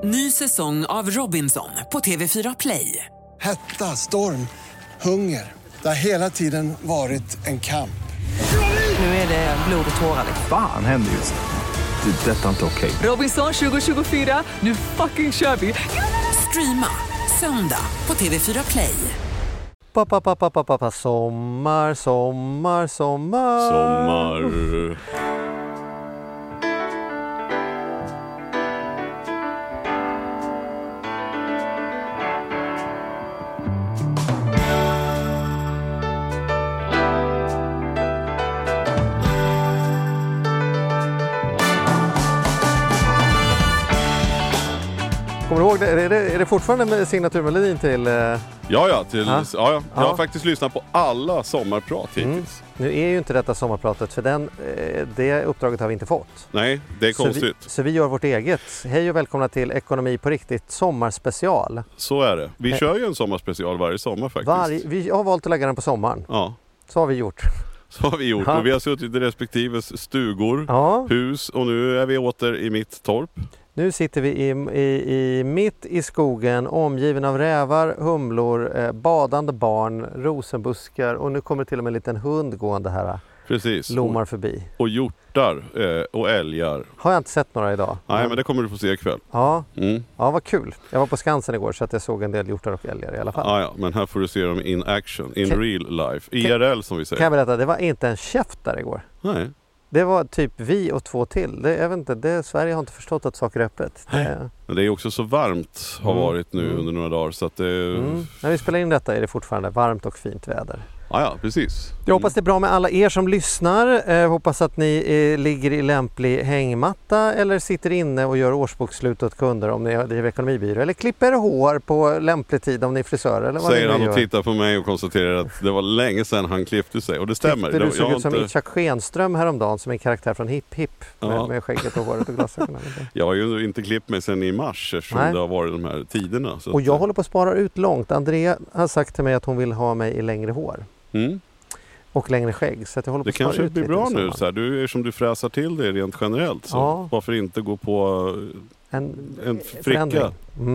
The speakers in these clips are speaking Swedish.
Ny säsong av Robinson på TV4 Play. Hetta, storm, hunger. Det har hela tiden varit en kamp. Nu är det blod och tårar. Fan händer just nu. Det. Detta är inte okej. Robinson 2024, nu fucking kör vi. Streama söndag på TV4 Play. Sommar, sommar, sommar. Sommar. Kommer du ihåg det? Är det fortfarande med signaturmelodin till... Ja. Jag har faktiskt lyssnat på alla sommarprat hittills. Nu är ju inte detta sommarpratet, för det uppdraget har vi inte fått. Nej, det är konstigt. Så vi gör vårt eget. Hej och välkomna till Ekonomi på riktigt sommarspecial. Så är det. Vi kör ju en sommarspecial varje sommar faktiskt. Vi har valt att lägga den på sommaren. Ja. Så har vi gjort. Så har vi gjort. Och vi har suttit i respektive stugor, hus, och nu är vi åter i mitt torp. Nu sitter vi mitt i skogen, omgiven av rävar, humlor, badande barn, rosenbuskar, och nu kommer till och med en liten hund gående här. Precis. Lommar förbi. Och hjortar och älgar. Har jag inte sett några idag. Nej, men det kommer du få se ikväll. Ja, vad kul. Jag var på Skansen igår så att jag såg en del hjortar och älgar i alla fall. Ja, men här får du se dem in action, real life. IRL som vi säger. Kan jag berätta, det var inte en käft där igår. Nej. Det var typ vi och två till. Jag vet inte, Sverige har inte förstått att saker är öppet. Men det är också så varmt har varit nu under några dagar. Så att det... När vi spelar in detta är det fortfarande varmt och fint väder. Ja, precis. Jag hoppas det är bra med alla er som lyssnar. Hoppas att ni ligger i lämplig hängmatta eller sitter inne och gör årsbokslut åt kunder om ni driver ekonomibyrå. Eller klipper hår på lämplig tid om ni är frisörer. Eller vad säger han och gör. Tittar på mig och konstaterar att det var länge sedan han klippte sig. Och det stämmer. Du såg ut som Itzhak Skenström häromdagen som en karaktär från Hipp Hipp. Med skägget och håret och glasögonen. Jag har ju inte klippt mig sedan i mars eftersom det har varit de här tiderna. Så och jag håller på att spara ut långt. Andrea har sagt till mig att hon vill ha mig i längre hår. Och längre skägg. Så att jag håller på det kanske blir bra nu. Så här. Du är som du fräsar till det rent generellt. Så varför inte gå på en fricka?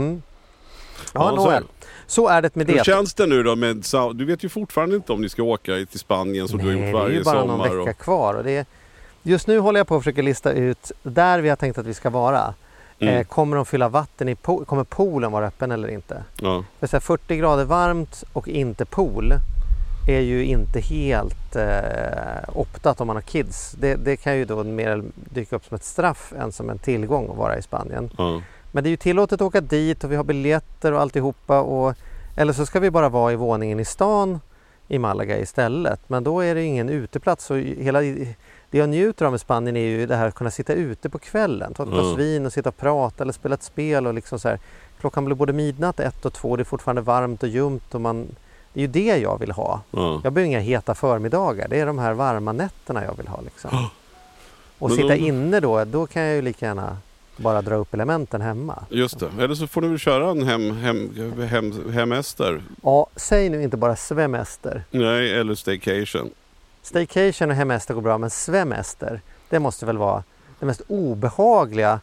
Så är det med det. Hur känns det nu då? Du vet ju fortfarande inte om ni ska åka till Spanien som du har gjort varje sommar. Det är ju bara någon vecka kvar. Och just nu håller jag på att försöka lista ut där vi har tänkt att vi ska vara. Kommer de fylla vatten kommer poolen vara öppen eller inte? Ja. För 40 grader varmt och inte pool är ju inte helt optat om man har kids. Det kan ju då mer dyka upp som ett straff än som en tillgång att vara i Spanien. Men det är ju tillåtet att åka dit och vi har biljetter och alltihopa. Eller så ska vi bara vara i våningen i stan i Malaga istället. Men då är det ingen uteplats. Och det jag njuter av med Spanien är ju det här att kunna sitta ute på kvällen. Ta ett glas vin och sitta och prata eller spela ett spel. Och liksom så här, klockan blir både midnatt, 1 och 2. Det är fortfarande varmt och ljumt och det är ju det jag vill ha. Jag behöver inga heta förmiddagar. Det är de här varma nätterna jag vill ha. Liksom. Och sitta inne då kan jag ju lika gärna bara dra upp elementen hemma. Just det. Eller så får du väl köra en hemester. Ja, säg nu inte bara svemester. Nej, eller staycation. Staycation och hemester går bra, men svemester, det måste väl vara det mest obehagliga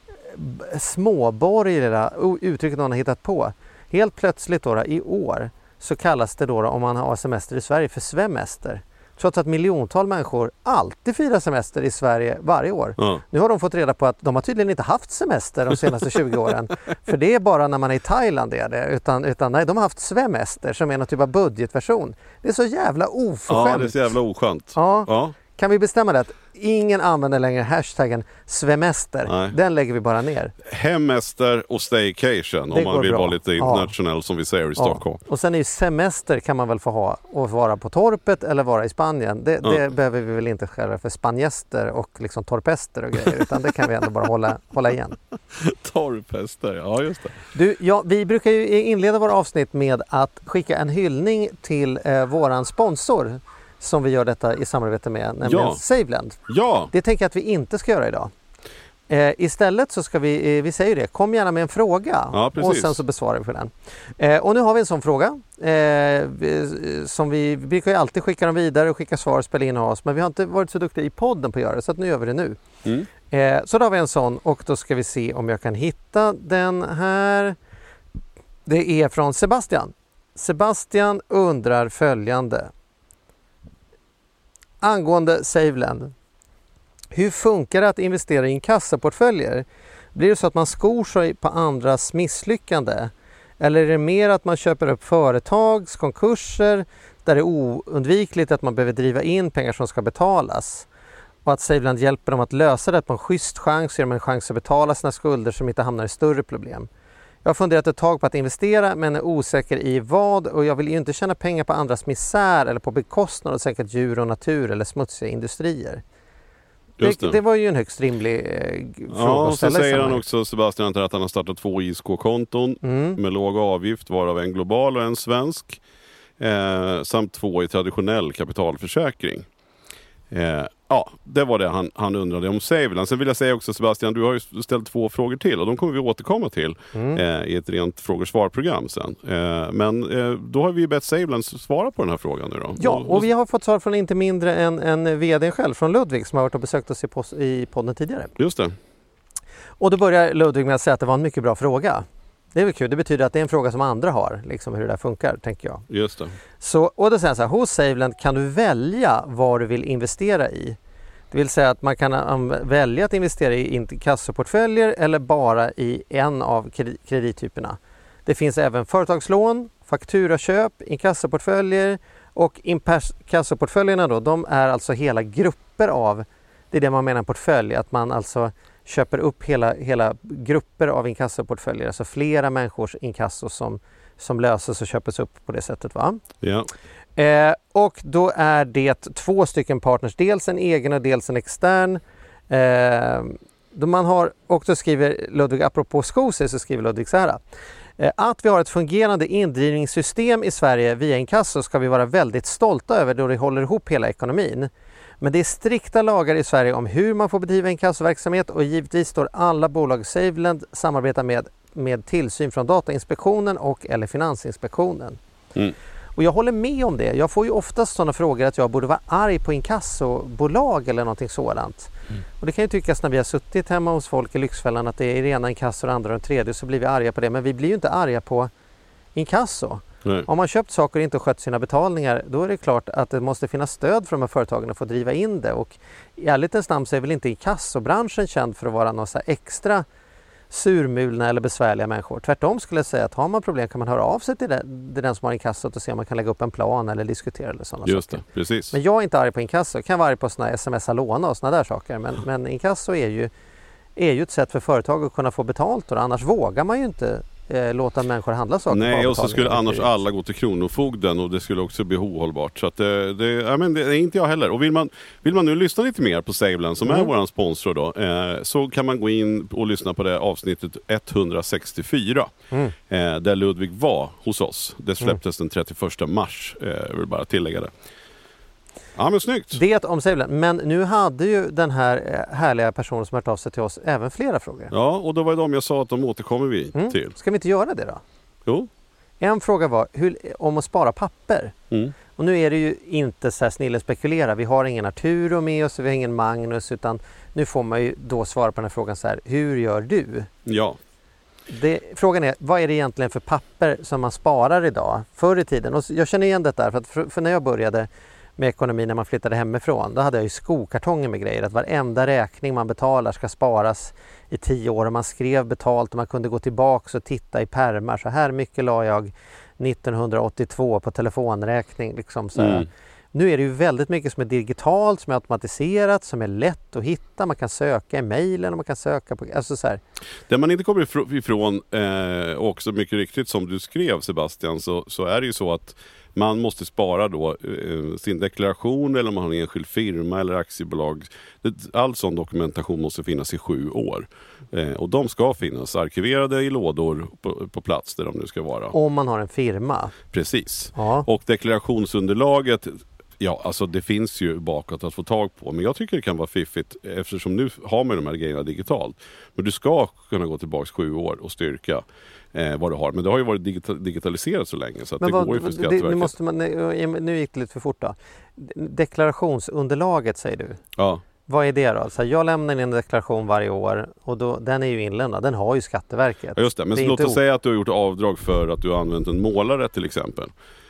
småborgerliga uttrycket någon har hittat på. Helt plötsligt då, i år så kallas det då om man har semester i Sverige för svemester. Trots att miljontals människor alltid firar semester i Sverige varje år. Nu har de fått reda på att de har tydligen inte haft semester de senaste 20 åren. För det är bara när man är i Thailand utan nej, de har haft svemester som är någon typ av budgetversion. Det är så jävla oförskämt. Ja, det är så jävla oskönt. Ja. Kan vi bestämma det att ingen använder längre hashtaggen svemester. Nej. Den lägger vi bara ner. Hemester och staycation om man vill vara lite internationell som vi säger i Stockholm. Och sen är ju semester kan man väl få ha och vara på torpet eller vara i Spanien. Det behöver vi väl inte själva för spanjester och liksom torpester och grejer utan det kan vi ändå bara hålla igen. Torpester, ja just det. Vi brukar ju inleda våra avsnitt med att skicka en hyllning till våran sponsor som vi gör detta i samarbete med, nämligen SaveLend. Ja. Det tänker jag att vi inte ska göra idag. Istället så ska vi säger det, kom gärna med en fråga och sen så besvarar vi för den. Och nu har vi en sån fråga som vi brukar ju alltid skicka dem vidare och skicka svar och spela in oss, men vi har inte varit så duktiga i podden på att göra det, så att nu gör vi det nu. Så då har vi en sån och då ska vi se om jag kan hitta den här. Det är från Sebastian. Sebastian undrar följande. Angående SaveLend. Hur funkar det att investera i inkassoportföljer? Blir det så att man skor sig på andras misslyckande? Eller är det mer att man köper upp företags konkurser där det är oundvikligt att man behöver driva in pengar som ska betalas? Och att SaveLend hjälper dem att lösa det på en schysst chans, ger dem en chans att betala sina skulder som inte hamnar i större problem. Jag har funderat ett tag på att investera men är osäker i vad, och jag vill ju inte tjäna pengar på andras misär eller på bekostnad av säkert djur och natur eller smutsiga industrier. Det var ju en högst rimlig fråga att ställa. Så säger han också, Sebastian, att han har startat 2 ISK-konton med låg avgift, varav en global och en svensk, samt 2 i traditionell kapitalförsäkring. Det var det han undrade om SaveLend. Sen vill jag säga också, Sebastian, du har ju ställt 2 frågor till och de kommer vi återkomma till i ett rent frågor-svar-program sen. Men då har vi bett SaveLend svara på den här frågan nu då. Ja, och vi har fått svar från inte mindre än vd själv, från Ludvig, som har varit och besökt oss i podden tidigare. Just det. Och då börjar Ludvig med att säga att det var en mycket bra fråga. Det är väl kul, det betyder att det är en fråga som andra har, liksom hur det där funkar, tänker jag. Just det. Så, och då säger han så här, hos SaveLend kan du välja vad du vill investera i. Det vill säga att man kan välja att investera i inkassoportföljer eller bara i en av kredittyperna. Det finns även företagslån, fakturaköp, inkassoportföljer, och inkassoportföljerna då, de är alltså hela grupper av, det är det man menar en portfölj, att man alltså köper upp hela grupper av inkassoportföljer, alltså flera människors inkasso som löses och köps upp på det sättet, va? Ja. Och då är det 2 stycken partners, dels en egen och dels en extern. Då man har, och då skriver Ludvig, apropå skosig, så skriver Ludvig så här. Att vi har ett fungerande indrivningssystem i Sverige via inkasso ska vi vara väldigt stolta över, då det håller ihop hela ekonomin. Men det är strikta lagar i Sverige om hur man får bedriva inkassoverksamhet, och givetvis står alla bolag SaveLend samarbetar med tillsyn från Datainspektionen och eller Finansinspektionen. Och jag håller med om det. Jag får ju oftast sådana frågor att jag borde vara arg på inkassobolag eller någonting sådant. Och det kan ju tyckas när vi har suttit hemma hos folk i Lyxfällan att det är ena inkasso och andra och tredje, så blir vi arga på det. Men vi blir ju inte arga på inkasso. Nej. Om man köpt saker och inte skött sina betalningar, då är det klart att det måste finnas stöd för de här företagen att få driva in det. Och i ärlighetens namn så är väl inte inkassobranschen känd för att vara någon så här extra surmulna eller besvärliga människor. Tvärtom skulle jag säga att har man problem kan man höra av sig till den som har inkassot och se om man kan lägga upp en plan eller diskutera eller sådana saker. Just det, precis. Men jag är inte arg på inkasso. Jag kan vara arg på sådana sms-låna och sådana där saker. Men inkasso är ju ett sätt för företag att kunna få betalt, och annars vågar man ju inte låta människor handla saker. Nej, och så skulle annars alla gå till Kronofogden och det skulle också bli ohållbart. Så att det är inte jag heller. Och vill man nu lyssna lite mer på SaveLend som är våran sponsor då, så kan man gå in och lyssna på det avsnittet 164 där Ludvig var hos oss. Det släpptes den 31 mars. Jag vill bara tillägga det. Ja, men snyggt. Det om SaveLend. Men nu hade ju den här härliga personen som hört av sig till oss även flera frågor. Ja, och då var det de jag sa att de återkommer vi till. Ska vi inte göra det då? Jo. En fråga var om att spara papper. Och nu är det ju inte så här snille spekulera. Vi har ingen Arturo med oss, vi har ingen Magnus, utan nu får man ju då svara på den här frågan så här. Hur gör du? Ja. Frågan är, vad är det egentligen för papper som man sparar idag? Förr i tiden, och jag känner igen det där, för när jag började med ekonomi när man flyttade hemifrån, då hade jag ju skokartonger med grejer, att varenda räkning man betalar ska sparas i 10 år, och man skrev betalt och man kunde gå tillbaka och titta i pärmar, så här mycket la jag 1982 på telefonräkning liksom så här. Nu är det ju väldigt mycket som är digitalt, som är automatiserat, som är lätt att hitta. Man kan söka i mejlen och man kan söka på... Alltså så här. Det man inte kommer ifrån, också mycket riktigt som du skrev Sebastian, så är det ju så att man måste spara då sin deklaration, eller om man har en enskild firma eller aktiebolag. All sån dokumentation måste finnas i 7 år. Och de ska finnas arkiverade i lådor på plats där de nu ska vara. Om man har en firma. Precis. Ja. Och deklarationsunderlaget Ja, alltså det finns ju bakåt att få tag på. Men jag tycker det kan vara fiffigt eftersom nu har man de här grejerna digitalt. Men du ska kunna gå tillbaka 7 år och styrka vad du har. Men det har ju varit digitaliserat så länge så att det går ju för Skatteverket. Nu gick det lite för fort då. Deklarationsunderlaget säger du? Ja. Vad är det då? Så jag lämnar in en deklaration varje år och då, den är ju inlämnad. Den har ju Skatteverket. Ja, just det. Men låt oss säga att du har gjort avdrag för att du har använt en målare till exempel.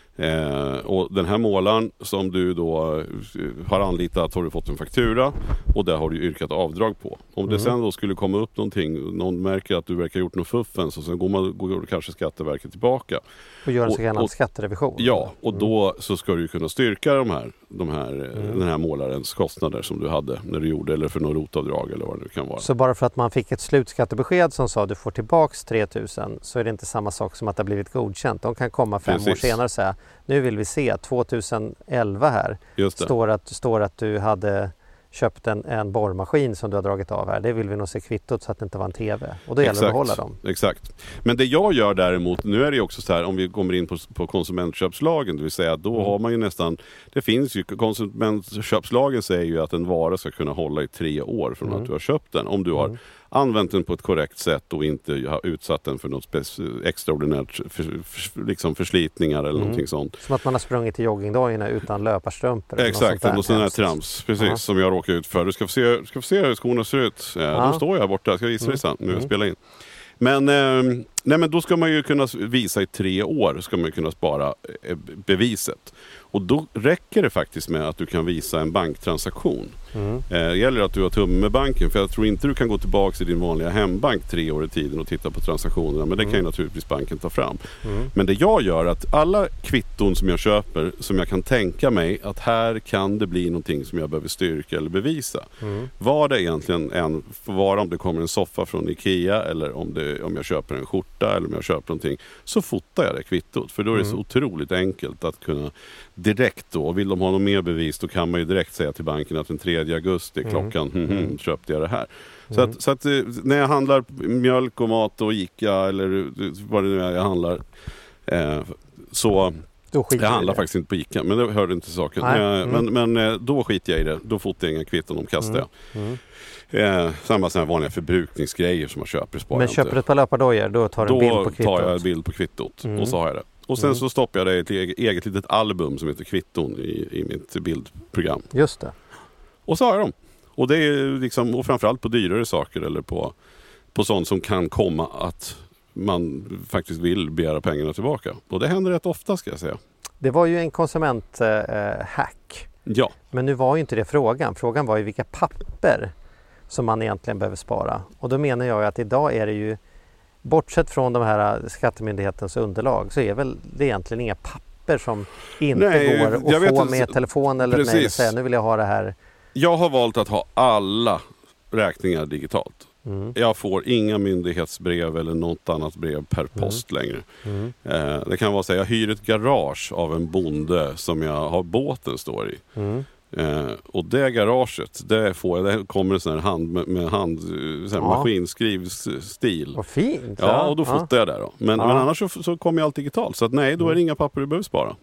Och den här målaren som du då har anlitat har du fått en faktura och där har du yrkat avdrag på. Om det sen då skulle komma upp någon märker att du verkar ha gjort något fuffens och sen går kanske Skatteverket tillbaka. Och gör en så kallad skatterevision. Ja, och då så ska du kunna styrka den här målarens kostnader som du hade när du gjorde eller för något rotavdrag eller vad det nu kan vara. Så bara för att man fick ett slutskattebesked som sa att du får tillbaks 3 000 så är det inte samma sak som att det har blivit godkänt. De kan komma 5 år senare och säga nu vill vi se 2011 här. Står att du hade köpt en borrmaskin som du har dragit av här. Det vill vi nog se kvittot så att det inte var en tv. Och då gäller det att behålla dem. Exakt. Men det jag gör däremot, nu är det ju också så här om vi kommer in på konsumentköpslagen, det vill säga då har man ju nästan, det finns ju, konsumentköpslagen säger ju att en vara ska kunna hålla i 3 år från att du har köpt den. Om du har använt den på ett korrekt sätt och inte har utsatt den för något extraordinärt liksom förslitningar eller någonting sånt. Som att man har sprungit i joggingdojorna utan löparstrumpor. Exakt, och sån här trams. Precis, som jag råkar ut för. Du ska få se hur skorna ser ut. Då står jag borta, jag ska visa dig sen nu jag spelar in. Men då ska man ju kunna visa i 3 år ska man kunna spara beviset. Och då räcker det faktiskt med att du kan visa en banktransaktion. Det gäller att du har tumme med banken, för jag tror inte du kan gå tillbaka till din vanliga hembank 3 år i tiden och titta på transaktionerna, men det kan ju naturligtvis banken ta fram. Men det jag gör är att alla kvitton som jag köper, som jag kan tänka mig att här kan det bli någonting som jag behöver styrka eller bevisa. Vad det egentligen om det kommer en soffa från Ikea eller om jag köper en skjorta eller om jag köper någonting, så fotar jag det kvittot, för då är det så otroligt enkelt att kunna direkt då, vill de ha något mer bevis, då kan man ju direkt säga till banken att den 3 augusti klockan köpte jag det här. Så att när jag handlar mjölk och mat och Ica eller vad det nu är jag handlar, så jag handlar faktiskt inte på Ica, men det hörde inte till saken. Men då skiter jag i det, då fotar jag inga kvitton, de kastar jag. Samma sådana vanliga förbrukningsgrejer som man köper. Men köper du ett par löpardojor, då tar du en bild på kvittot? Då tar jag en bild på kvittot och så har jag det. Och sen så stoppar jag det i ett eget litet album som heter Kvitton i mitt bildprogram. Just det. Och så har jag dem. Och det är liksom, och framförallt på dyrare saker eller på sånt som kan komma att man faktiskt vill begära pengarna tillbaka. Och det händer rätt ofta, ska jag säga. Det var ju en konsumenthack. Ja. Men nu var ju inte det frågan. Frågan var ju vilka papper som man egentligen behöver spara. Och då menar jag att idag är det ju, bortsett från de här skattemyndighetens underlag, så är väl det egentligen inga papper som inte går att få med telefon eller nej, säga nu vill jag ha det här. Jag har valt att ha alla räkningar digitalt. Jag får inga myndighetsbrev eller något annat brev per post längre. Det kan vara så att jag hyr ett garage av en bonde som jag har båten står i. Och det garaget, det kommer en sån här maskinskrivstil. Vad fint. Ja, och då fotar jag där då. Men annars så kommer jag allt digitalt. Så att nej, då är det inga papper du behöver spara.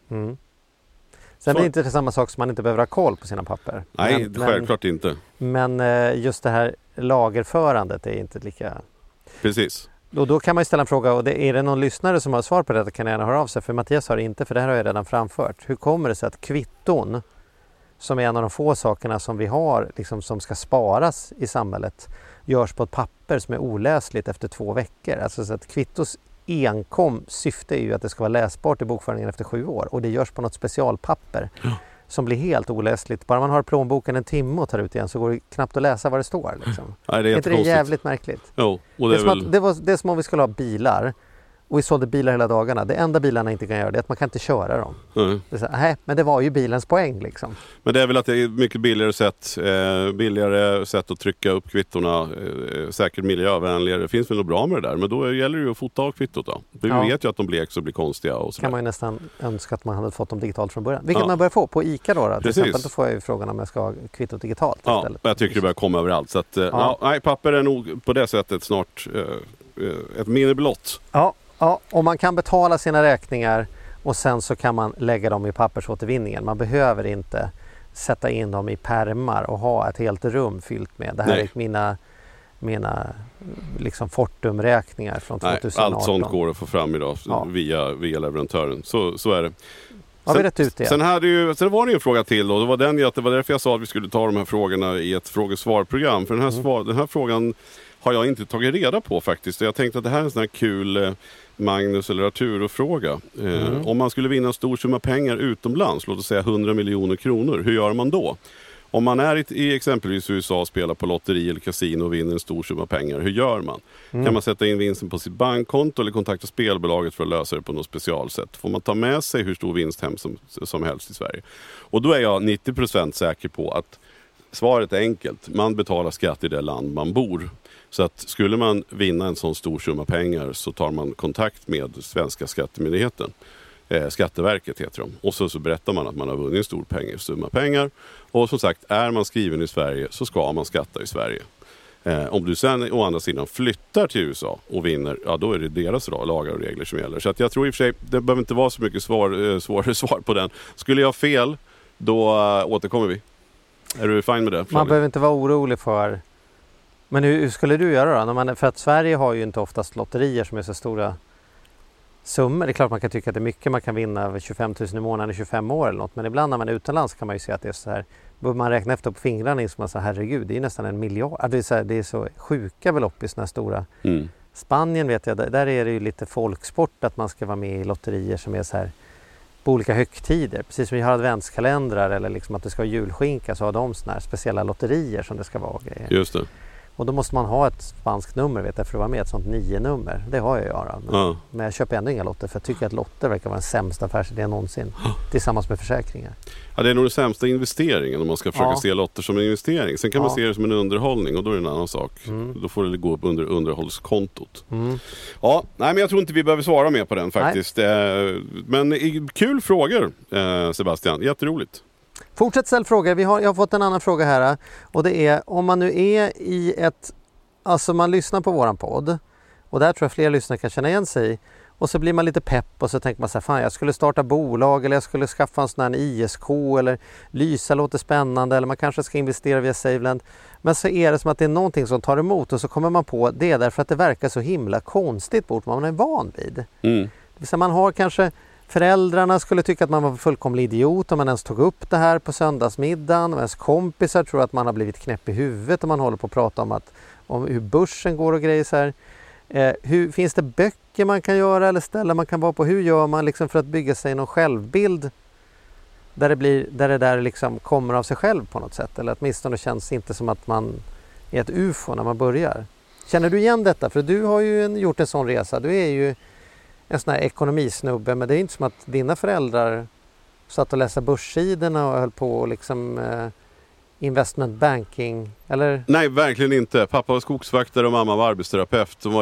Sen är det inte samma sak som man inte behöver ha koll på sina papper. Nej, självklart inte. Men just det här lagerförandet är inte lika... Precis. Och då kan man ju ställa en fråga, och är det någon lyssnare som har svar på det kan jag gärna höra av sig. För Mattias har inte, för det här har jag redan framfört. Hur kommer det sig att kvitton, som är en av de få sakerna som vi har liksom, som ska sparas i samhället, görs på ett papper som är oläsligt efter 2 veckor? Alltså så att kvittos enkom syfte är ju att det ska vara läsbart i bokföringen efter 7 år, och det görs på något specialpapper som blir helt oläsligt. Bara man har plånboken en timme och tar ut igen så går det knappt att läsa vad det står. Liksom. Nej, det är inte det jävligt märkligt? Jo, och det är som om vi skulle ha bilar. Och vi sålde bilar hela dagarna. Det enda bilarna inte kan göra det är att man kan inte köra dem. Det är så, nej, men det var ju bilens poäng liksom. Men det är väl att det är mycket billigare sätt att trycka upp kvittorna, säkert miljövänligare. Det finns väl något bra med det där, men då gäller det ju att fota av kvittot då. Vi vet ju att de bleks och blir konstiga och så. Kan man ju nästan önska att man hade fått dem digitalt från början. Vilket man börjar få på Ica då. Till exempel då får jag ju frågan om jag ska ha kvittot digitalt istället. Jag tycker det börjar komma överallt. Så att, nej, papper är nog på det sättet snart ett minne blott. Ja, och man kan betala sina räkningar och sen så kan man lägga dem i pappersåtervinningen. Man behöver inte sätta in dem i pärmar och ha ett helt rum fyllt med. Det här är mina liksom Fortum-räkningar från 2018. Allt sånt går att få fram idag via leverantören. Så är det. Har vi rätt ut det? Sen var det en fråga till och det var därför jag sa att vi skulle ta de här frågorna i ett frågesvarprogram. För den här frågan har jag inte tagit reda på faktiskt. Jag tänkte att det här är en sån här kul Magnus eller Arturo-fråga. Om man skulle vinna en stor summa pengar utomlands, låt oss säga 100 miljoner kronor, hur gör man då? Om man är i exempelvis USA och spelar på lotteri eller kasino och vinner en stor summa pengar, hur gör man? Kan man sätta in vinsten på sitt bankkonto eller kontakta spelbolaget för att lösa det på något specialsätt? Får man ta med sig hur stor vinst hem som helst i Sverige? Och då är jag 90% säker på att svaret är enkelt. Man betalar skatt i det land man bor. Så att skulle man vinna en sån stor summa pengar så tar man kontakt med svenska skattemyndigheten. Skatteverket heter de. Och så berättar man att man har vunnit en stor summa pengar. Och som sagt, är man skriven i Sverige så ska man skatta i Sverige. Om du sen å andra sidan flyttar till USA och vinner, ja då är det deras lagar och regler som gäller. Så att jag tror i och för sig, det behöver inte vara så mycket svårare svar på den. Skulle jag ha fel, då återkommer vi. Är du fine med det? Man behöver inte vara orolig för... Men hur skulle du göra då? För att Sverige har ju inte oftast lotterier som är så stora summor. Det är klart man kan tycka att det är mycket. Man kan vinna över 25 000 i månaden i 25 år eller något. Men ibland när man är utomlands kan man ju se att det är så här. Behöver man räkna efter på fingrarna och man säger herregud, det är nästan 1 miljard. Det är så sjuka belopp i såna här stora. Spanien vet jag, där är det ju lite folksport att man ska vara med i lotterier som är så här på olika högtider. Precis som vi har adventskalendrar eller liksom att det ska vara julskinka, så har de såna här speciella lotterier som det ska vara. Just det. Och då måste man ha ett spanskt nummer vet jag, för att vara med ett sånt 9-nummer. Det har jag ju. Men jag köper ändå inga lotter för jag tycker att lotter verkar vara den sämsta affärsidén någonsin. Tillsammans med försäkringar. Ja, det är nog den sämsta investeringen om man ska försöka se lotter som en investering. Sen kan man se det som en underhållning och då är det en annan sak. Då får det gå upp under underhållskontot. Ja, nej, men jag tror inte vi behöver svara mer på den faktiskt. Men kul frågor, Sebastian. Jätteroligt. Fortsätt ställa frågor. Jag har fått en annan fråga här och det är om man nu är i alltså man lyssnar på våran podd och där tror jag fler lyssnare kan känna igen sig och så blir man lite pepp och så tänker man så här, fan jag skulle starta bolag eller jag skulle skaffa en sån här ISK eller Lysa låter spännande eller man kanske ska investera via Saveland. Men så är det som att det är någonting som tar emot och så kommer man på det därför att det verkar så himla konstigt bort man är van vid. Det vill säga man har kanske föräldrarna skulle tycka att man var fullkomlig idiot om man ens tog upp det här på söndagsmiddagen. Och ens kompisar tror att man har blivit knäpp i huvudet om man håller på att prata om hur börsen går och grejer så här. Finns det böcker man kan göra eller ställen man kan vara på? Hur gör man liksom för att bygga sig någon självbild där det där liksom kommer av sig själv på något sätt? Eller åtminstone känns inte som att man är ett UFO när man börjar. Känner du igen detta? För du har ju gjort en sån resa. Du är ju en sån här ekonomisnubbe, men det är inte som att dina föräldrar satt och läste börssidorna och höll på och liksom investment banking, eller? Nej, verkligen inte. Pappa var skogsvaktare och mamma var arbetsterapeut. De var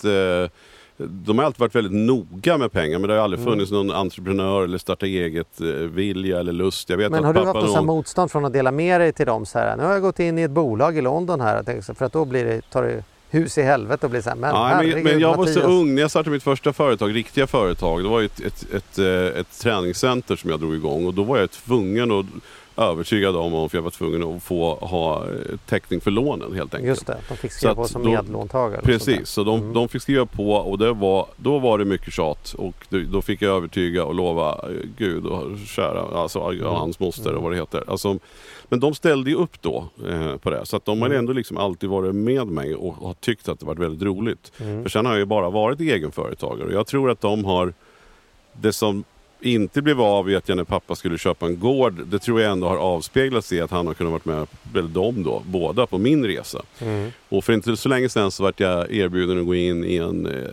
de har alltid varit väldigt noga med pengar, men det har aldrig funnits någon entreprenör eller starta eget vilja eller lust. Jag vet men har du haft någon motstånd från att dela med dig till dem så här? Nu har jag gått in i ett bolag i London här, för att då tar det hus i helvete och blir så här, men jag var så ung när jag startade mitt första företag, riktiga företag. Det var ju ett träningscenter som jag drog igång och då var jag tvungen att övertygad om för jag var tvungen att få ha täckning för lånen helt enkelt. Just det, de fick skriva på som medlåntagare. Precis, så de fick skriva på och då var det mycket tjat och då fick jag övertyga och lova Gud och kära, alltså hans moster och vad det heter. Alltså, men de ställde ju upp då på det, så att de har ändå liksom alltid varit med mig och har tyckt att det varit väldigt roligt. För sen har jag ju bara varit egenföretagare och jag tror att de har det som inte blev av i att jag när pappa skulle köpa en gård, det tror jag ändå har avspeglats i att han har kunnat varit med, eller de då, båda på min resa. Och för inte så länge sedan så vart jag erbjuden att gå in i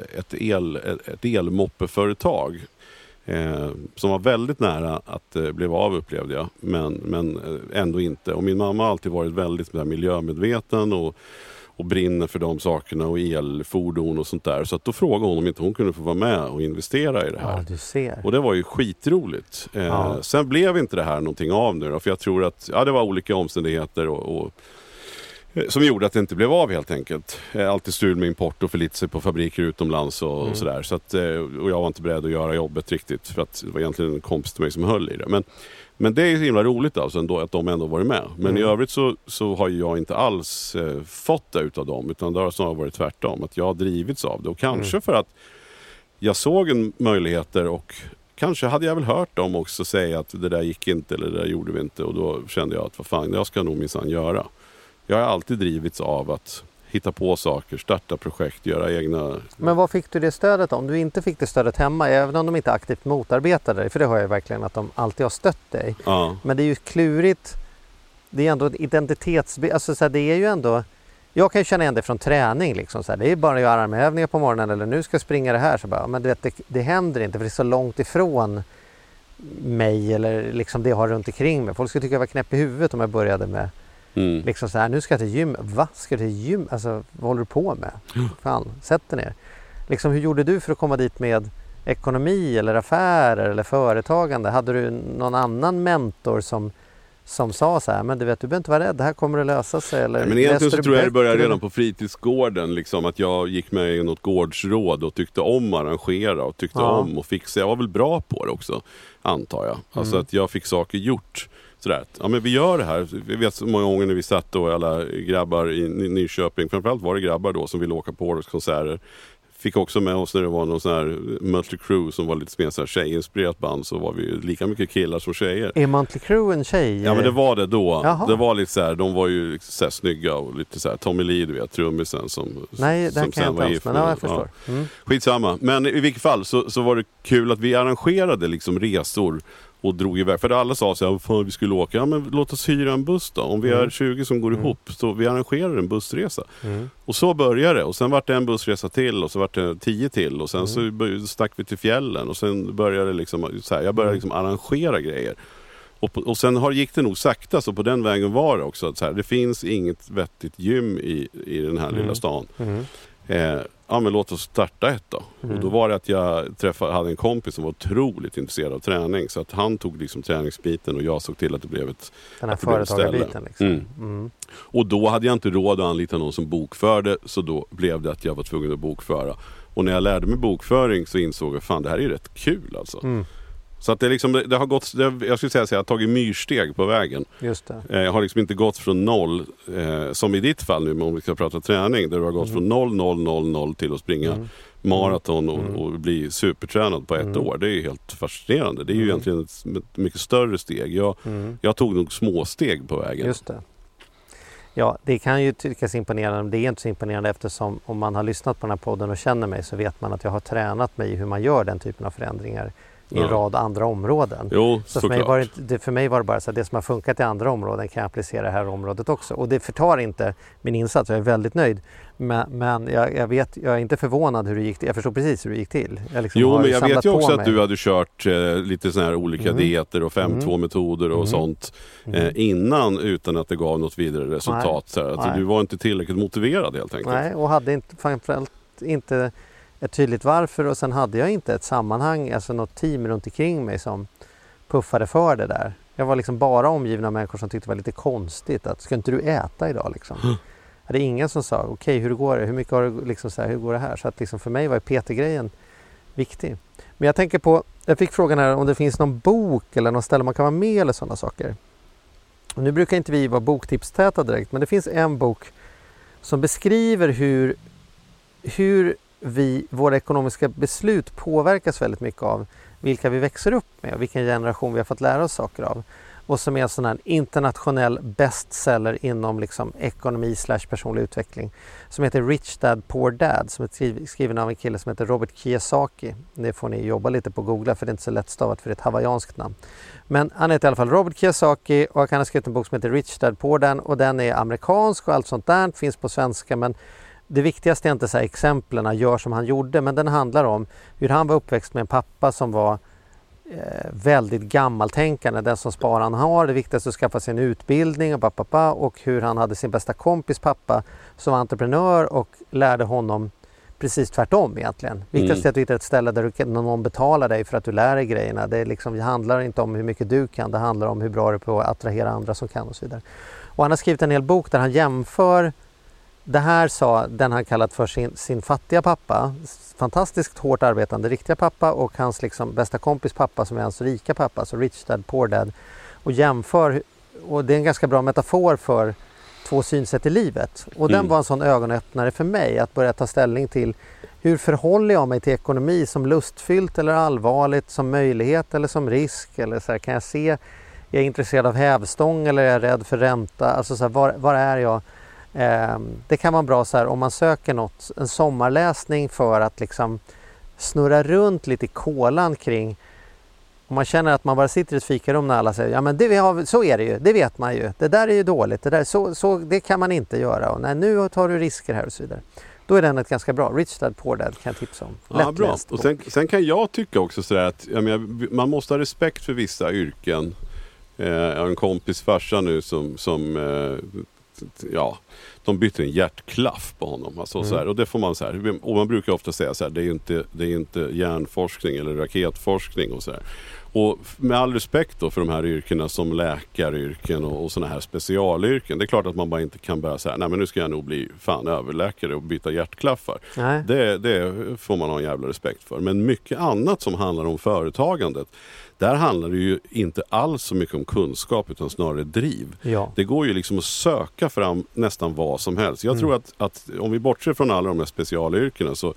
ett elmoppeföretag som var väldigt nära att bli av, upplevde jag, men ändå inte. Och min mamma har alltid varit väldigt miljömedveten och brinner för de sakerna och elfordon och sånt där. Så att då frågade hon om inte hon kunde få vara med och investera i det här. Ja, du ser. Och det var ju skitroligt. Sen blev inte det här någonting av nu då, för jag tror att det var olika omständigheter och Som gjorde att det inte blev av helt enkelt. Alltid strul med import och förlita sig på fabriker utomlands och sådär. Så att, och jag var inte beredd att göra jobbet riktigt för att det var egentligen en kompis till mig som höll i det. Men det är så himla roligt alltså ändå, att de ändå varit med. Men i övrigt så har jag inte alls fått det utav dem, utan det har snarare varit tvärtom. Att jag har drivits av det. Och kanske för att jag såg en möjligheter och kanske hade jag väl hört dem också säga att det där gick inte eller det där gjorde vi inte. Och då kände jag att vad fan, jag ska nog minsann göra. Jag har alltid drivits av att hitta på saker, starta projekt, göra egna... Men vad fick du det stödet om? Du inte fick det stödet hemma, även om de inte aktivt motarbetade dig. För det har jag verkligen, att de alltid har stött dig. Ja. Men det är ju klurigt. Det är ändå ett alltså så här, det är ju ändå... Jag kan ju känna igen det från träning liksom. Så här, det är bara att göra armövningar på morgonen eller nu ska jag springa det här. Så bara, men du vet, det händer inte för det är så långt ifrån mig eller liksom det jag har runt omkring mig. Folk skulle tycka jag var knäpp i huvudet om jag började med liksom så här, nu ska jag till gym. Va? Ska du till gym? Alltså, vad håller du på med? Fan, sätt dig ner. Liksom, hur gjorde du för att komma dit med ekonomi eller affärer eller företagande? Hade du någon annan mentor som sa så här, men du vet, du behöver inte vara rädd, det här kommer att lösa sig. Eller, men egentligen så tror jag det började redan på fritidsgården, liksom, att jag gick med i något gårdsråd och tyckte om att arrangera och tyckte om att fixa. Jag var väl bra på det också, antar jag. Alltså att jag fick saker gjort. Sådär, ja men vi gör det här. Vi vet så många gånger när vi satt då, alla grabbar i Nyköping, framförallt var det grabbar då som ville åka på årskonserter. Fick också med oss när det var någon sån här Mötley Crüe som var lite mer så här tjejinspirerat band, så var vi lika mycket killar som tjejer. Är Mötley Crüe en tjej? Ja men det var det då. Jaha. Det var lite så här, de var ju så här snygga och lite så här Tommy Lee, du vet, trummisen som Nej, som sen var gift. Men ja, jag förstår. Skitsamma. Men i vilket fall så var det kul att vi arrangerade liksom resor och drog iväg. För alla sa så här, fan vi skulle åka. Ja men låt oss hyra en buss då. Om vi är 20 som går ihop, så vi arrangerar en bussresa. Och så började det. Och sen var det en bussresa till och så var det 10 till. Och sen så stack vi till fjällen. Och sen började det liksom, så här, jag började liksom arrangera grejer. Och sen gick det nog sakta, så på den vägen var det också. Att så här, det finns inget vettigt gym i den här lilla stan. Ja men låt oss starta ett då. Och då var det att jag hade en kompis som var otroligt intresserad av träning, så att han tog liksom träningsbiten och jag såg till att det blev ett den här företagarbiten liksom. Och då hade jag inte råd att anlita någon som bokförde, så då blev det att jag var tvungen att bokföra. Och när jag lärde mig bokföring så insåg jag, fan det här är ju rätt kul alltså. Så att det liksom, det har gått, jag skulle säga att jag har tagit myrsteg på vägen. Just det. Jag har liksom inte gått från 0, som i ditt fall nu om vi ska prata träning, där du har gått från 0 till att springa maraton och bli supertränad på ett år. Det är ju helt fascinerande. Det är ju egentligen ett mycket större steg. Jag tog nog små steg på vägen. Just det. Ja, det kan ju tyckas imponerande, men det är inte så imponerande eftersom om man har lyssnat på den här podden och känner mig så vet man att jag har tränat mig i hur man gör den typen av förändringar i en rad andra områden. Jo, så för mig var det bara så att det som har funkat i andra områden kan jag applicera det här området också. Och det förtar inte min insats, jag är väldigt nöjd. Men jag är inte förvånad hur det gick till. Jag förstår precis hur det gick till. Men jag vet ju också att du hade kört lite såna här olika dieter och 5-2-metoder och sånt innan, utan att det gav något vidare resultat. Så att du var inte tillräckligt motiverad helt enkelt. Nej, och hade framförallt inte ett tydligt varför, och sen hade jag inte ett sammanhang, alltså något team runt omkring mig som puffade för det där. Jag var liksom bara omgiven av människor som tyckte det var lite konstigt att, ska inte du äta idag liksom? Det är ingen som sa, okej, hur går det? Hur mycket har du liksom så här, hur går det här? Så att liksom för mig var PT-grejen viktig. Men jag tänker på, jag fick frågan här om det finns någon bok eller någon ställe man kan vara med eller sådana saker. Och nu brukar inte vi vara boktipstäta direkt, men det finns en bok som beskriver hur våra ekonomiska beslut påverkas väldigt mycket av vilka vi växer upp med och vilken generation vi har fått lära oss saker av. Och som är en sån här internationell bestseller inom liksom ekonomi / personlig utveckling som heter Rich Dad Poor Dad, som är skriven av en kille som heter Robert Kiyosaki. Det får ni jobba lite på Googla för det är inte så lätt stavat för det är ett hawaiianskt namn. Men han heter i alla fall Robert Kiyosaki och han har skrivit en bok som heter Rich Dad Poor Dad och den är amerikansk och allt sånt där finns på svenska, men det viktigaste är inte så här exemplen gör som han gjorde, men den handlar om hur han var uppväxt med en pappa som var väldigt gammaltänkande, den som sparar han har, det viktigaste är att skaffa sig en utbildning och hur han hade sin bästa kompis pappa som var entreprenör och lärde honom precis tvärtom egentligen. Viktigast är att du hittar ett ställe där någon betalar dig för att du lär dig grejerna. Det handlar inte om hur mycket du kan, det handlar om hur bra du är på att attrahera andra som kan och så vidare. Och han har skrivit en hel bok där han jämför, det här sa den han kallat för sin fattiga pappa, fantastiskt hårt arbetande riktiga pappa, och hans liksom bästa kompis pappa som är hans rika pappa, så rich dad, poor dad, och jämför, och det är en ganska bra metafor för två synsätt i livet. Och den var en sån ögonöppnare för mig, att börja ta ställning till hur förhåller jag mig till ekonomi, som lustfyllt eller allvarligt, som möjlighet eller som risk, eller så här, kan jag se, är jag intresserad av hävstång eller är jag rädd för ränta, alltså så här, var är jag? Det kan vara bra så här, om man söker en sommarläsning för att liksom snurra runt lite i kolan kring, om man känner att man bara sitter i ett fikarum när alla säger ja men så är det ju, det vet man ju, det där är ju dåligt, det kan man inte göra, och nu tar du risker här och så vidare. Då är den ett ganska bra. Rich Dad Poor Dad kan jag tipsa om. Ja, bra. Och sen kan jag tycka också sådär att man måste ha respekt för vissa yrken. Jag har en kompis farsa nu som de bytte en hjärtklaff på honom. Alltså, så här, och det får man så här, och man brukar ofta säga så här, det är inte hjärnforskning eller raketforskning och så här. Och med all respekt då för de här yrkena som läkaryrken och såna här specialyrken, det är klart att man bara inte kan börja säga nej men nu ska jag nog bli fan överläkare och byta hjärtklaffar. Det får man ha en jävla respekt för. Men mycket annat som handlar om företagandet, där handlar det ju inte alls så mycket om kunskap utan snarare driv. Ja. Det går ju liksom att söka fram nästan vad som helst. Jag tror att om vi bortser från alla de här specialyrkena, så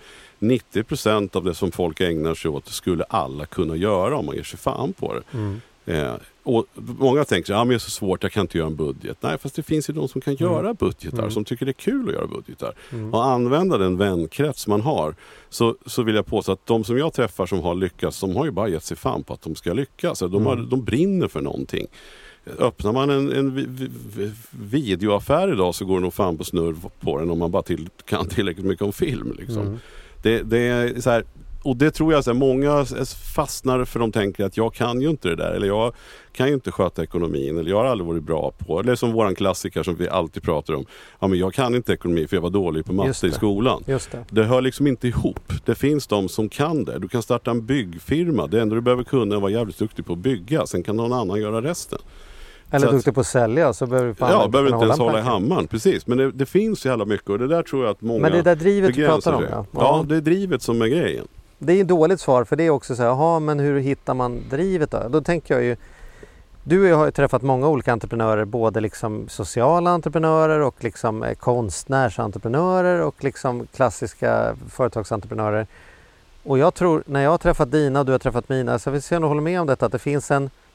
90% av det som folk ägnar sig åt skulle alla kunna göra om man ger sig fan på det. Och många tänker men det är så svårt, jag kan inte göra en budget. Nej, fast det finns ju de som kan göra budgetar, som tycker det är kul att göra budgetar. Och använda den vänkrets man har. Så vill jag påstå att de som jag träffar som har lyckats, de har ju bara gett sig fan på att de ska lyckas. De brinner för någonting. Öppnar man en videoaffär idag så går det nog fan på snurr på den om man bara kan tillräckligt mycket om film. Liksom. Det är så här. Och det tror jag att många fastnar för, de tänker att jag kan ju inte det där, eller jag kan ju inte sköta ekonomin, eller jag har aldrig varit bra på, eller som våran klassiker som vi alltid pratar om, men jag kan inte ekonomi för jag var dålig på matte i skolan. Det hör liksom inte ihop. Det finns de som kan det. Du kan starta en byggfirma, det enda du behöver kunna är vara jävligt duktig på att bygga, sen kan någon annan göra resten. Eller duktig på att sälja, så behöver du behöver inte ens hålla i hammaren, precis. Men det finns så jävla mycket, och det där tror jag att många. Men det där drivet du pratar om, ja, det är drivet som är grejen. Det är ett dåligt svar, för det är också så här, men hur hittar man drivet då? Då tänker jag ju, du och jag har ju träffat många olika entreprenörer, både liksom sociala entreprenörer och liksom konstnärsentreprenörer och liksom klassiska företagsentreprenörer. Och jag tror, när jag har träffat dina och du har träffat mina, så jag vill se om du håller med om detta, att det finns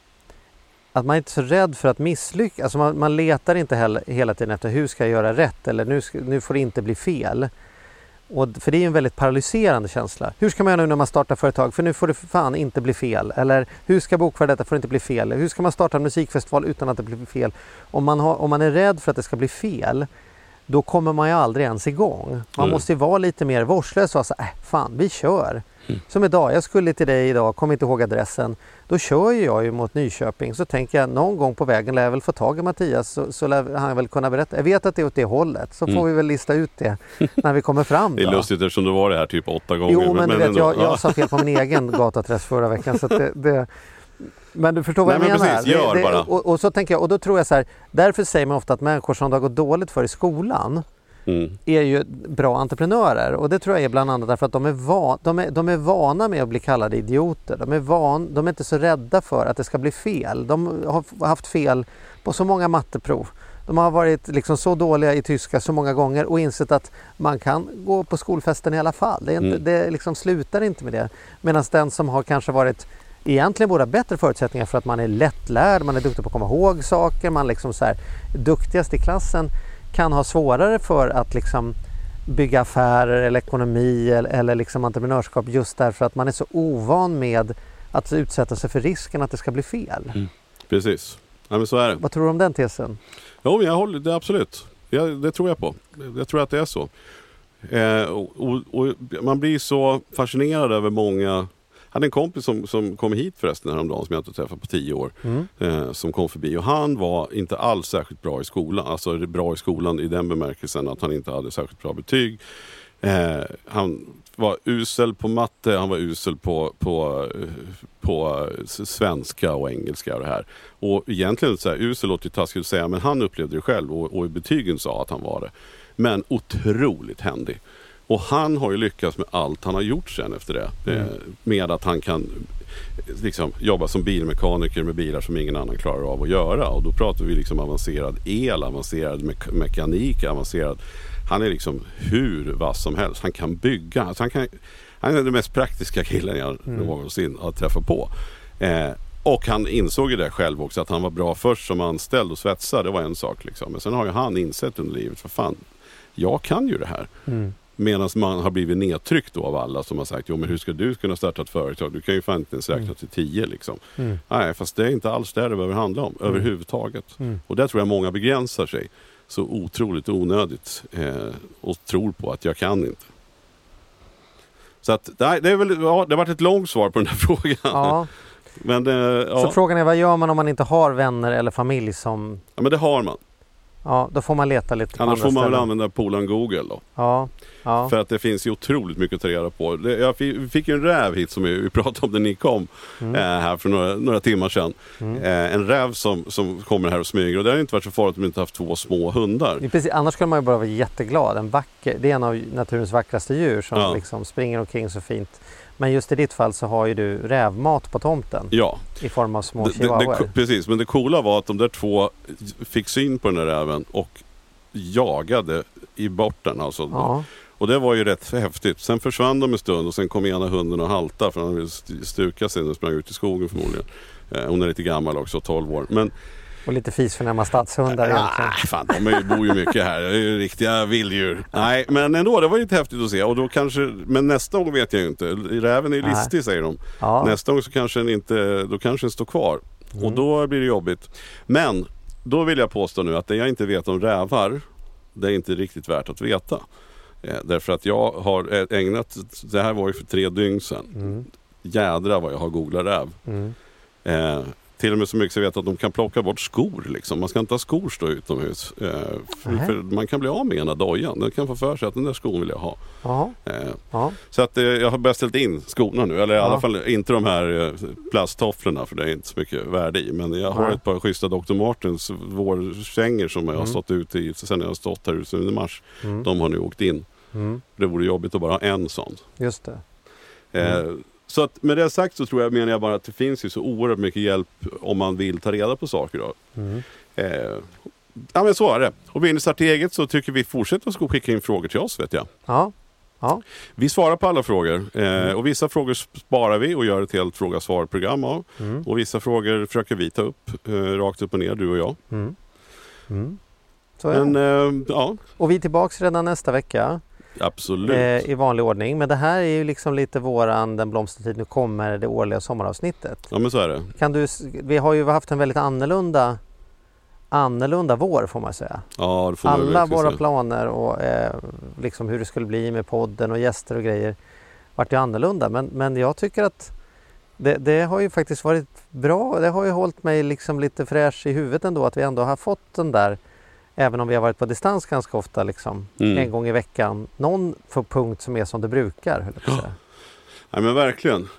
att man inte är så rädd för att misslyckas. Alltså man letar inte hela tiden efter hur ska jag göra rätt, eller nu får det inte bli fel. För det är en väldigt paralyserande känsla. Hur ska man göra nu när man startar företag? För nu får det fan inte bli fel. Eller hur ska bokföra detta för att det inte bli fel? Hur ska man starta en musikfestival utan att det blir fel? Om man är rädd för att det ska bli fel, då kommer man ju aldrig ens igång. Man måste ju vara lite mer vårdslös och säga, fan vi kör. Som idag, jag skulle till dig idag, kom inte ihåg adressen. Då kör jag ju mot Nyköping, så tänker jag någon gång på vägen lär jag väl få tag i Mattias, så lär han väl kunna berätta. Jag vet att det är åt det hållet, så får vi väl lista ut det när vi kommer fram. Det är lustigt eftersom det var det här typ 8 gånger. Jo, men du vet, jag sa fel på min egen gatadress förra veckan, så att men du förstår vad jag menar. Precis, gör bara. Och så tänker jag, och då tror jag så här, därför säger man ofta att människor som det har gått dåligt för i skolan är ju bra entreprenörer, och det tror jag är bland annat därför att de är vana med att bli kallade idioter. De är inte så rädda för att det ska bli fel. De har haft fel på så många matteprov. De har varit liksom så dåliga i tyska så många gånger och insett att man kan gå på skolfesten i alla fall. Det liksom slutar inte med det. Medan den som har kanske varit egentligen borde ha bättre förutsättningar för att man är lättlärd, man är duktig på att komma ihåg saker, man liksom så här duktigast i klassen, kan ha svårare för att liksom bygga affärer eller ekonomi eller liksom entreprenörskap, just därför att man är så ovan med att utsätta sig för risken att det ska bli fel. Precis. Ja, men så är det. Vad tror du om den tesen? Jo, jag håller det absolut. Det tror jag på. Jag tror att det är så. Och man blir så fascinerad över många. Jag hade en kompis som kom hit förresten häromdagen, som jag inte träffat på 10 år, som kom förbi, och han var inte alls särskilt bra i skolan. Alltså bra i skolan i den bemärkelsen att han inte hade särskilt bra betyg. Han var usel på matte, han var usel på svenska och engelska och det här. Och egentligen så här, usel låter ju taskigt att säga, men han upplevde det själv och i betygen sa att han var det. Men otroligt händig. Och han har ju lyckats med allt han har gjort sen efter det. Med att han kan liksom jobba som bilmekaniker med bilar som ingen annan klarar av att göra. Och då pratar vi liksom avancerad el, avancerad mekanik, avancerad. Han är liksom hur vass som helst. Han kan bygga. Alltså han är den mest praktiska killen jag någonsin har träffat på. Och han insåg ju det själv också, att han var bra först som anställd och svetsad. Det var en sak liksom. Men sen har ju han insett under livet, för fan, jag kan ju det här. Medan man har blivit nedtryckt då av alla som har sagt, jo men hur ska du kunna starta ett företag? Du kan ju fan inte ens räkna till 10 liksom. Nej, fast det är inte alls det behöver handla om överhuvudtaget. Och där tror jag många begränsar sig så otroligt onödigt och tror på att jag kan inte. Så att det är väl, det har varit ett långt svar på den här frågan. Ja. Men så frågan är, vad gör man om man inte har vänner eller familj som... Ja, men det har man. Ja, då får man leta lite på annars andra får man ställen. väl använda polaren Google då. Ja. För att det finns ju otroligt mycket att ta reda på. Jag fick ju en räv hit som vi pratade om när ni kom här för några timmar sedan. En räv som kommer här och smyger. Och det har inte varit så farligt om vi inte haft 2 små hundar. Precis, annars skulle man ju bara vara jätteglad. Det är en av naturens vackraste djur som liksom springer omkring så fint. Men just i ditt fall så har ju du rävmat på tomten. Ja. I form av små chihuahuor. Precis, men det coola var att de där 2 fick syn på den där räven och jagade i borten. Alltså. Ja. Och det var ju rätt häftigt. Sen försvann de en stund och sen kom ena hunden och halta för han ville stuka sig och sprang ut i skogen förmodligen. Hon är lite gammal också, 12 år. Men och lite fisförnämma stadshundar egentligen. Fan, de bor ju mycket här. Det är ju riktiga vilddjur. Nej, men ändå, det var ju lite häftigt att se. Och då kanske, men nästa gång vet jag ju inte. Räven är ju listig, säger de. Ja. Nästa gång så kanske den inte, då kanske den står kvar. Och då blir det jobbigt. Men då vill jag påstå nu att det jag inte vet om rävar, det är inte riktigt värt att veta. Därför att jag har ägnat, det här var ju för 3 dygn sedan. Jädra vad jag har googlat räv. Till och med så mycket så jag vet att de kan plocka bort skor liksom. Man ska inte ha skor stå utomhus. För man kan bli av med ena dojan. Den kan få för sig att den där skon vill jag ha. Så att jag har börjat ställt in skorna nu. Eller i alla fall inte de här plasttofflorna, för det är inte så mycket värde i. Men jag har ett par schyssta Dr. Martens vårkängor som jag har stått ute i sen jag har stått här ute under mars. De har nu åkt in. Det vore jobbigt att bara ha en sån. Just det. Så att med det sagt så menar jag bara att det finns ju så oerhört mycket hjälp om man vill ta reda på saker då. Ja, men så är det. Och vill ni starta eget så tycker vi fortsätter att skicka in frågor till oss, vet jag. Ja. Vi svarar på alla frågor. Och vissa frågor sparar vi och gör ett helt fråga-svar-program av. Och vissa frågor försöker vi ta upp rakt upp och ner, du och jag. Så men, ja. Och vi är tillbaka redan nästa vecka. Absolut. I vanlig ordning. Men det här är ju liksom lite den blomstertid. Nu kommer det årliga sommaravsnittet. Ja, men så är det. Vi har ju haft en väldigt annorlunda vår, får man säga. Ja, det får man alla våra planer och liksom hur det skulle bli med podden och gäster och grejer vart ju annorlunda. Men jag tycker att det har ju faktiskt varit bra. Det har ju hållit mig liksom lite fräsch i huvudet ändå, att vi ändå har fått den där. Även om vi har varit på distans ganska ofta liksom, en gång i veckan. Någon punkt som är som det brukar. Höll jag på att säga. Ja, men verkligen.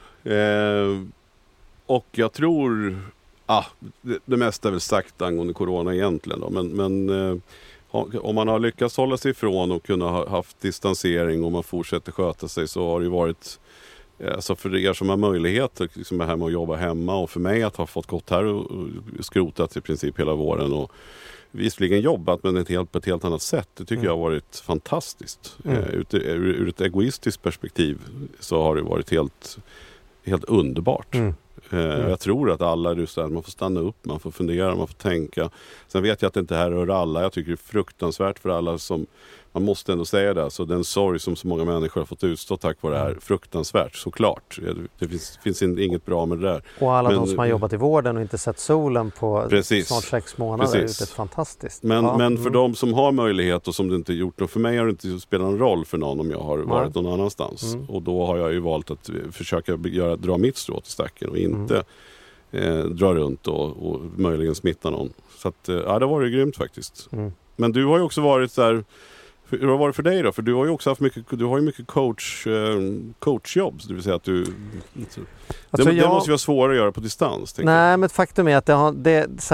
Och jag tror... det mesta är väl sagt angående corona egentligen. Då. Men om man har lyckats hålla sig ifrån och kunna ha haft distansering och man fortsätter sköta sig, så har det varit... Alltså för er som har möjlighet liksom här med att jobba hemma, och för mig att ha fått gått här och skrotat i princip hela våren och visserligen jobbat, men på ett helt annat sätt. Det tycker jag har varit fantastiskt. Ur ett egoistiskt perspektiv så har det varit helt underbart. Jag tror att alla är man får stanna upp, man får fundera, man får tänka. Sen vet jag att det inte här rör alla. Jag tycker det är fruktansvärt för alla som... Man måste ändå säga det. Så den sorg som så många människor har fått utstå tack vare det här, fruktansvärt, såklart. Det finns inget bra med det där. Och alla de som har jobbat i vården och inte sett solen på snart 6 månader. Det är fantastiskt. Men för de som har möjlighet och som det inte gjort, och för mig har det inte spelat någon roll för någon om jag har varit någon annanstans. Och då har jag ju valt att försöka dra mitt strå till stacken och inte dra runt och möjligen smitta någon. Så att, det var ju grymt faktiskt. Men du har ju också varit där Vad var det för dig då? För du har ju också haft mycket coachjobb, det vill säga att du... Alltså det måste ju vara svårare att göra på distans. Nej, men faktum är att det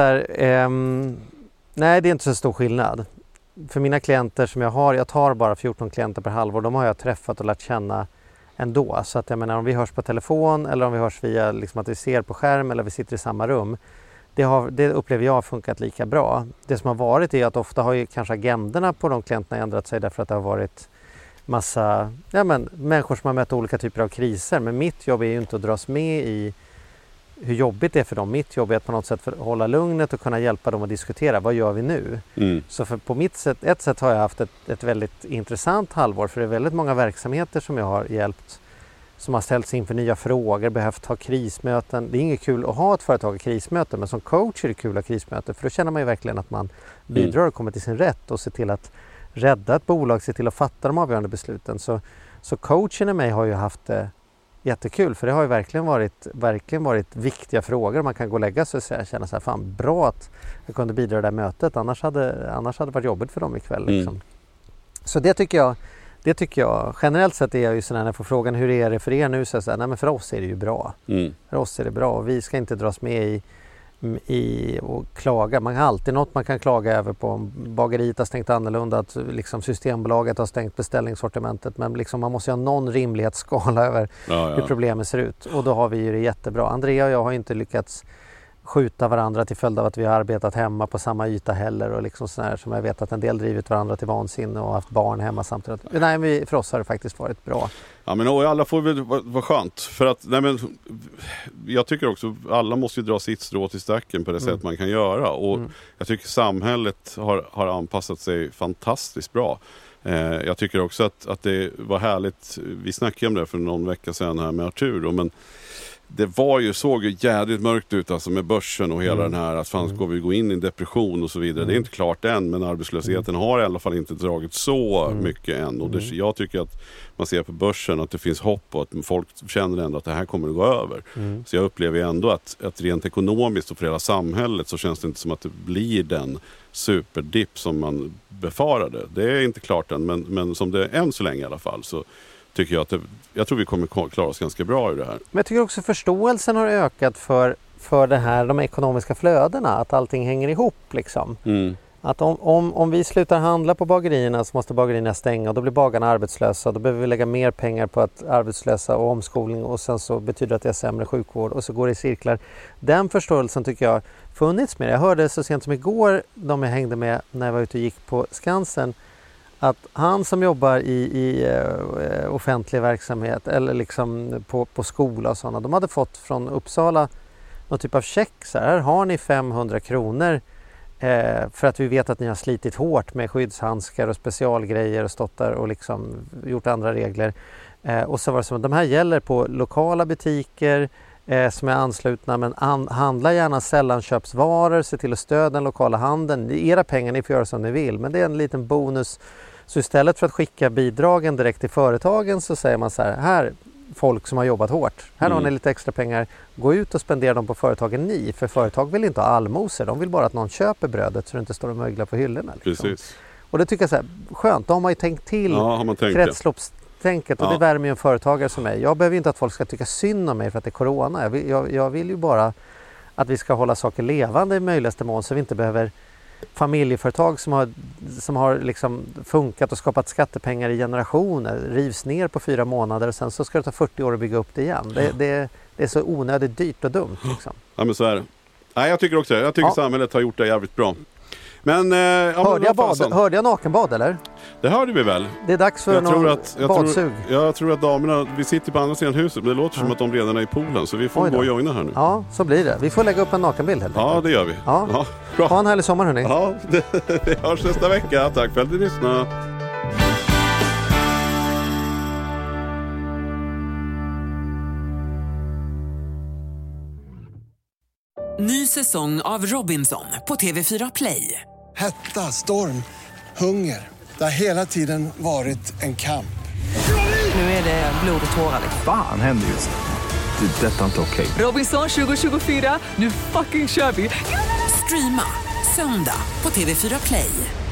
är inte så stor skillnad. För mina klienter som jag tar bara 14 klienter per halvår, de har jag träffat och lärt känna ändå. Så att jag menar, om vi hörs på telefon eller om vi hörs via liksom att vi ser på skärm eller vi sitter i samma rum, det upplever jag har funkat lika bra. Det som har varit är att ofta har ju kanske agendorna på de klienterna ändrat sig därför att det har varit massa människor som har mött olika typer av kriser. Men mitt jobb är ju inte att dras med i hur jobbigt det är för dem. Mitt jobb är att på något sätt hålla lugnet och kunna hjälpa dem att diskutera. Vad gör vi nu? Så på ett sätt har jag haft ett väldigt intressant halvår. För det är väldigt många verksamheter som jag har hjälpt som har ställts inför nya frågor, behövt ha krismöten. Det är inget kul att ha ett företag i krismöten, men som coach är det kul att ha krismöten. För då känner man ju verkligen att man bidrar och kommer till sin rätt och ser till att rädda ett bolag, se till att fatta de avgörande besluten. Så coachen i mig har ju haft det jättekul, för det har ju verkligen varit viktiga frågor. Man kan gå och lägga sig och känna så här, fan bra att jag kunde bidra i det här mötet, annars hade det varit jobbigt för dem ikväll. Liksom. Så det tycker jag, generellt sett är jag ju sådär när jag får frågan hur är det för er nu, så jag nej men för oss är det ju bra. För oss är det bra och vi ska inte dras med i och klaga. Man har alltid något man kan klaga över på. Om bageriet har stängt annorlunda, att liksom Systembolaget har stängt beställningssortimentet, men liksom man måste ha någon rimlighetsskala över hur problemet ser ut. Och då har vi ju det jättebra. Andrea och jag har inte lyckats skjuta varandra till följd av att vi har arbetat hemma på samma yta heller och liksom sådär som jag vet att en del drivit varandra till vansinne och haft barn hemma samtidigt. Nej, men för oss har det faktiskt varit bra. Ja, men alla får väl vara skönt. För att, jag tycker också alla måste ju dra sitt strå till stacken på det sätt man kan göra. Och jag tycker samhället har anpassat sig fantastiskt bra. Jag tycker också att det var härligt. Vi snackade om det för någon vecka sedan här med Arturo, men det såg ju jävligt mörkt ut alltså med börsen och hela den här att fan ska vi gå in i en depression och så vidare. Det är inte klart än, men arbetslösheten har i alla fall inte dragit så mycket än. Och jag tycker att man ser på börsen att det finns hopp och att folk känner ändå att det här kommer att gå över. Så jag upplever ändå att rent ekonomiskt och för hela samhället så känns det inte som att det blir den superdipp som man befarade. Det är inte klart än, men som det är än så länge i alla fall så tycker jag jag tror vi kommer klara oss ganska bra i det här. Men jag tycker också förståelsen har ökat för det här, de ekonomiska flödena, att allting hänger ihop liksom. Att om vi slutar handla på bagerierna så måste bagerierna stänga och då blir bagarna arbetslösa. Då behöver vi lägga mer pengar på att arbetslösa och omskolning och sen så betyder det att det är sämre sjukvård och så går det i cirklar. Den förståelsen tycker jag funnits med. Jag hörde så sent som igår, de jag hängde med när jag var ute och gick på Skansen, att han som jobbar i offentlig verksamhet eller liksom på skola och sådana, de hade fått från Uppsala någon typ av check. Så här har ni 500 kronor för att vi vet att ni har slitit hårt med skyddshandskar och specialgrejer och stått där och liksom gjort andra regler. Och så var det som att de här gäller på lokala butiker som är anslutna, men handla gärna sällanköpsvaror, se till att stödja den lokala handeln. Det är era pengar, ni får göra som ni vill, men det är en liten bonus. Så istället för att skicka bidragen direkt till företagen så säger man så här folk som har jobbat hårt, här har ni lite extra pengar, gå ut och spendera dem på företagen för företag vill inte ha allmosor, de vill bara att någon köper brödet så det inte står och möglar på hyllorna. Liksom. Precis. Och det tycker jag så här, skönt, då har man ju tänkt till kretsloppstänket och det värmer ju en företagare som mig. Jag behöver inte att folk ska tycka synd om mig för att det är corona. Jag vill ju bara att vi ska hålla saker levande i möjligaste mån så vi inte behöver familjeföretag som har liksom funkat och skapat skattepengar i generationer rivs ner på 4 månader och sen så ska det ta 40 år att bygga upp det igen. Det är så onödigt dyrt och dumt. Liksom. Ja, men så är det. Nej, jag tycker också det. Jag tycker samhället har gjort det jävligt bra. Men, hörde jag nakenbad eller? Det hörde vi väl. Det är dags för badsug. Jag tror att damerna, vi sitter på andra sidan huset, men det låter som att de redan är i poolen, så vi får gå och joina här nu. Ja, så blir det. Vi får lägga upp en nakenbild helt enkelt. Ja, det gör vi. Ja. Bra. Ha en härlig sommar hörni. Ja, vi hörs nästa vecka. Tack för att ni lyssnade. Ny säsong av Robinson på TV4 Play. Hetta, storm, hunger. Det har hela tiden varit en kamp. Nu är det blod och tårar. Fan händer just det. Det är detta inte okej. Robinson 2024, nu fucking kör vi. Streama söndag på TV4 Play.